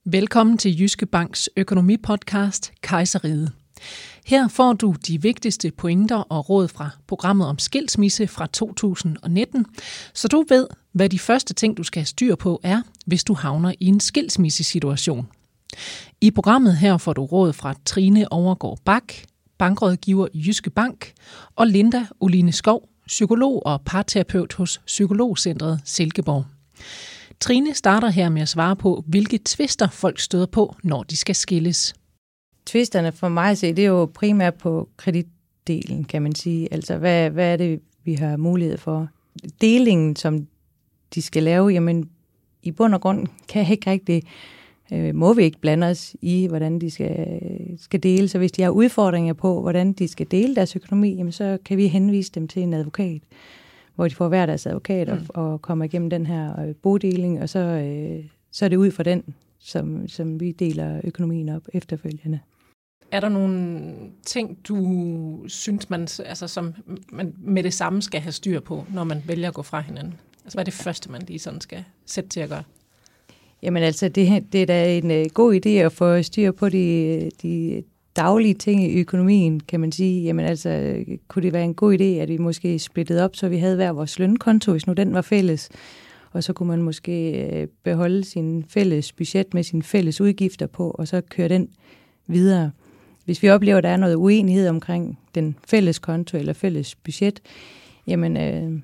Velkommen til Jyske Banks økonomipodcast Kejserriget. Her får du de vigtigste pointer og råd fra programmet om skilsmisse fra 2019, så du ved, hvad de første ting, du skal have styr på er, hvis du havner i en skilsmissesituation. I programmet her får du råd fra Trine Overgaard Bak, bankrådgiver i Jyske Bank, og Linda Oline Skov, psykolog og parterapeut hos Psykologcentret Silkeborg. Trine starter her med at svare på, hvilke tvister folk støder på, når de skal skilles. Tvisterne for mig at se, det er jo primært på kreditdelen, kan man sige. Altså, hvad er det, vi har mulighed for? Delingen, som de skal lave, jamen i bund og grund kan jeg ikke rigtig, må vi ikke blande os i, hvordan de skal dele. Så hvis de har udfordringer på, hvordan de skal dele deres økonomi, jamen så kan vi henvise dem til en advokat, hvor de får hver deres advokat og kommer igennem den her bodeling, og så er det ud fra den, som vi deler økonomien op efterfølgende. Er der nogle ting, du synes, som man med det samme skal have styr på, når man vælger at gå fra hinanden? Altså, hvad er det første, man lige sådan skal sætte til at gøre? Jamen altså, det er da en god idé at få styr på de daglige ting i økonomien, kan man sige. Jamen altså, kunne det være en god idé, at vi måske splittede op, så vi havde hver vores lønkonto, hvis nu den var fælles. Og så kunne man måske beholde sin fælles budget med sine fælles udgifter på, og så køre den videre. Hvis vi oplever, at der er noget uenighed omkring den fælles konto eller fælles budget, jamen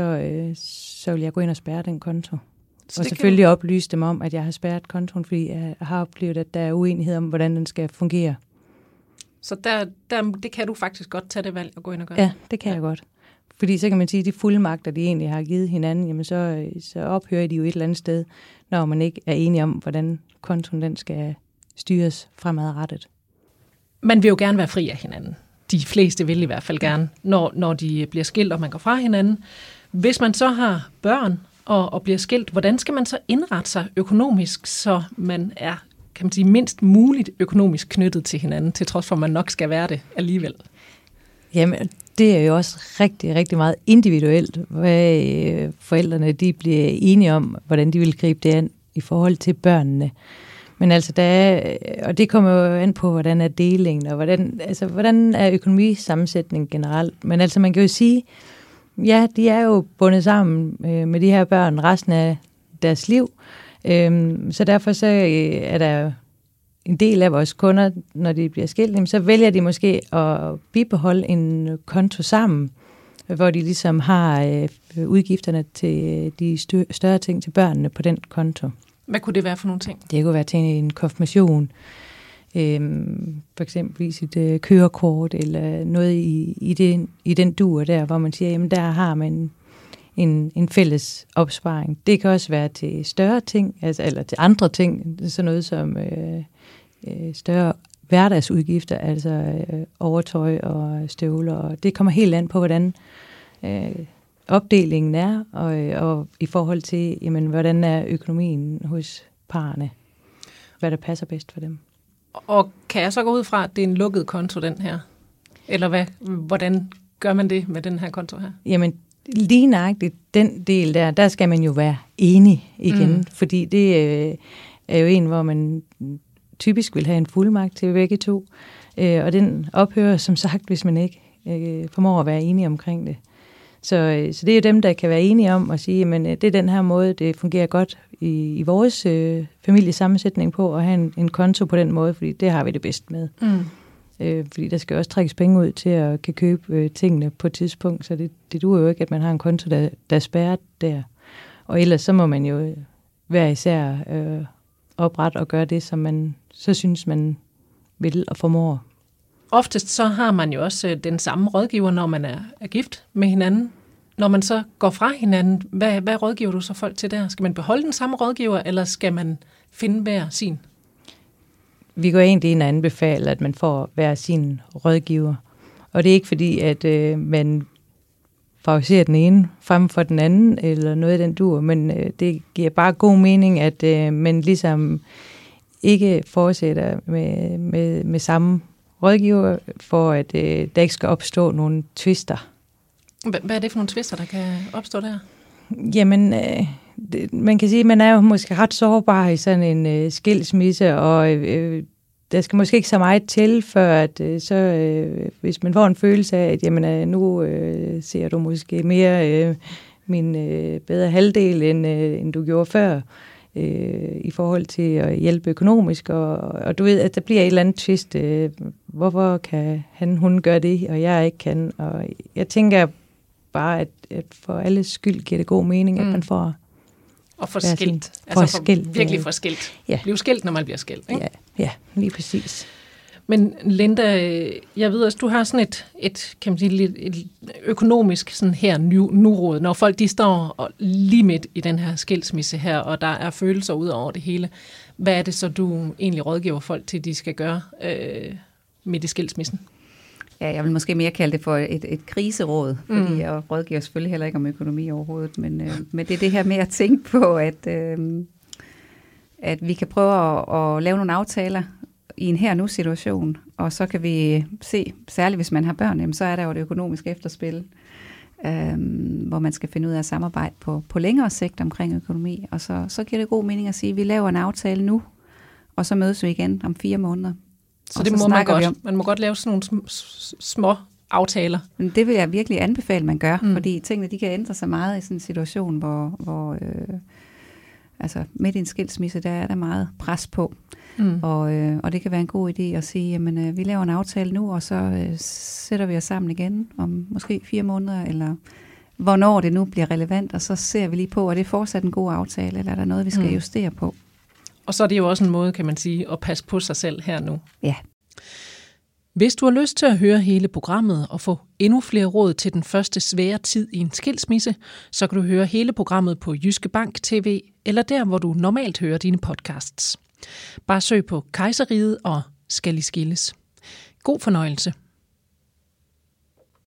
så vil jeg gå ind og spærre den konto. Og selvfølgelig oplyse dem om, at jeg har spærret kontoen, fordi jeg har oplevet, at der er uenighed om, hvordan den skal fungere. Så det kan du faktisk godt tage det valg og gå ind og gøre? Ja, det kan jeg godt. Fordi så kan man sige, at de fuldmagter, de egentlig har givet hinanden, jamen så ophører de jo et eller andet sted, når man ikke er enige om, hvordan kontoen den skal styres fremadrettet. Man vil jo gerne være fri af hinanden. De fleste vil i hvert fald gerne, når de bliver skilt, og man går fra hinanden. Hvis man så har børn og bliver skilt, hvordan skal man så indrette sig økonomisk, så man er, kan man sige, mindst muligt økonomisk knyttet til hinanden, til trods for, at man nok skal være det alligevel? Jamen, det er jo også rigtig, rigtig meget individuelt, hvad forældrene de bliver enige om, hvordan de vil gribe det an i forhold til børnene. Men altså, og det kommer jo an på, hvordan er delingen, og hvordan er økonomisammensætningen generelt. Men altså, man kan jo sige, ja, de er jo bundet sammen med de her børn resten af deres liv. Så derfor så er der en del af vores kunder, når de bliver skilt, så vælger de måske at bibeholde en konto sammen, hvor de ligesom har udgifterne til de større ting til børnene på den konto. Hvad kunne det være for nogle ting? Det kunne være til en konfirmation, for eksempel et kørekort, eller noget i den dur der, hvor man siger, jamen der har man en fælles opsparing. Det kan også være til større ting, eller til andre ting, sådan noget som større hverdagsudgifter, altså overtøj og støvler. Og det kommer helt an på, hvordan opdelingen er, og i forhold til, jamen, hvordan er økonomien hos parerne, hvad der passer bedst for dem. Og kan jeg så gå ud fra, at det er en lukket konto, den her? Eller hvordan gør man det med den her konto her? Jamen, lige nøjagtigt den del der skal man jo være enig igen, fordi det er jo en, hvor man typisk vil have en fuldmagt til begge to, og den ophører som sagt, hvis man ikke formår at være enige omkring det. Så det er jo dem, der kan være enige om at sige, men det er den her måde, det fungerer godt i vores familiesammensætning på, at have en konto på den måde, fordi det har vi det bedst med. Fordi der skal også trækkes penge ud til at kan købe tingene på et tidspunkt, så det duer jo ikke, at man har en konto, der er spærret der. Og ellers så må man jo hver især oprette og gøre det, som man så synes, man vil og formår. Oftest så har man jo også den samme rådgiver, når man er gift med hinanden. Når man så går fra hinanden, hvad rådgiver du så folk til der? Skal man beholde den samme rådgiver, eller skal man finde hver sin? Vi går egentlig ind og anbefaler, at man får hver sin rådgiver. Og det er ikke fordi, at man favoriserer den ene frem for den anden, eller noget af den dur, men det giver bare god mening, at man ligesom ikke fortsætter med samme rådgiver, for at der ikke skal opstå nogle tvister. Hvad er det for nogle tvister, der kan opstå der? Jamen, man kan sige, at man er jo måske ret sårbar i sådan en skilsmisse, og der skal måske ikke så meget til, før at hvis man får en følelse af, at jamen, nu ser du måske mere min bedre halvdel, end du gjorde før, i forhold til at hjælpe økonomisk, og du ved, at der bliver et eller andet twist. Hvorfor kan hun gøre det, og jeg ikke kan? Og jeg tænker bare, at for alles skyld giver det god mening, at man får... Og for skilt. Virkelig for skilt. Ja. Blive skilt, når man bliver skilt. Ikke? Ja, lige præcis. Men Linda, jeg ved også, du har sådan et kan man sige, et økonomisk sådan her nu-råd, når folk de står lige midt i den her skilsmisse her, og der er følelser ud over det hele. Hvad er det så, du egentlig rådgiver folk til, de skal gøre midt i skilsmissen? Ja, jeg vil måske mere kalde det for et kriseråd, fordi jeg rådgiver selvfølgelig heller ikke om økonomi overhovedet, men det er det her med at tænke på, at vi kan prøve at lave nogle aftaler i en her-nu-situation, og så kan vi se, særligt hvis man har børn, jamen, så er der jo det økonomiske efterspil, hvor man skal finde ud af at samarbejde på længere sigt omkring økonomi, og så giver det god mening at sige, at vi laver en aftale nu, og så mødes vi igen om 4 måneder. Så det må man godt. Man må godt lave sådan nogle små aftaler. Det vil jeg virkelig anbefale, man gør, fordi tingene de kan ændre sig meget i sådan en situation, hvor altså midt i en skilsmisse, der er der meget pres på. Og det kan være en god idé at sige, jamen vi laver en aftale nu, og så sætter vi os sammen igen om måske 4 måneder, eller hvornår det nu bliver relevant, og så ser vi lige på, er det fortsat en god aftale, eller er der noget, vi skal justere på. Og så er det jo også en måde, kan man sige, at passe på sig selv her nu. Ja. Hvis du har lyst til at høre hele programmet og få endnu flere råd til den første svære tid i en skilsmisse, så kan du høre hele programmet på Jyske Bank TV, eller der, hvor du normalt hører dine podcasts. Bare søg på Kejserriget og Skal I skilles. God fornøjelse.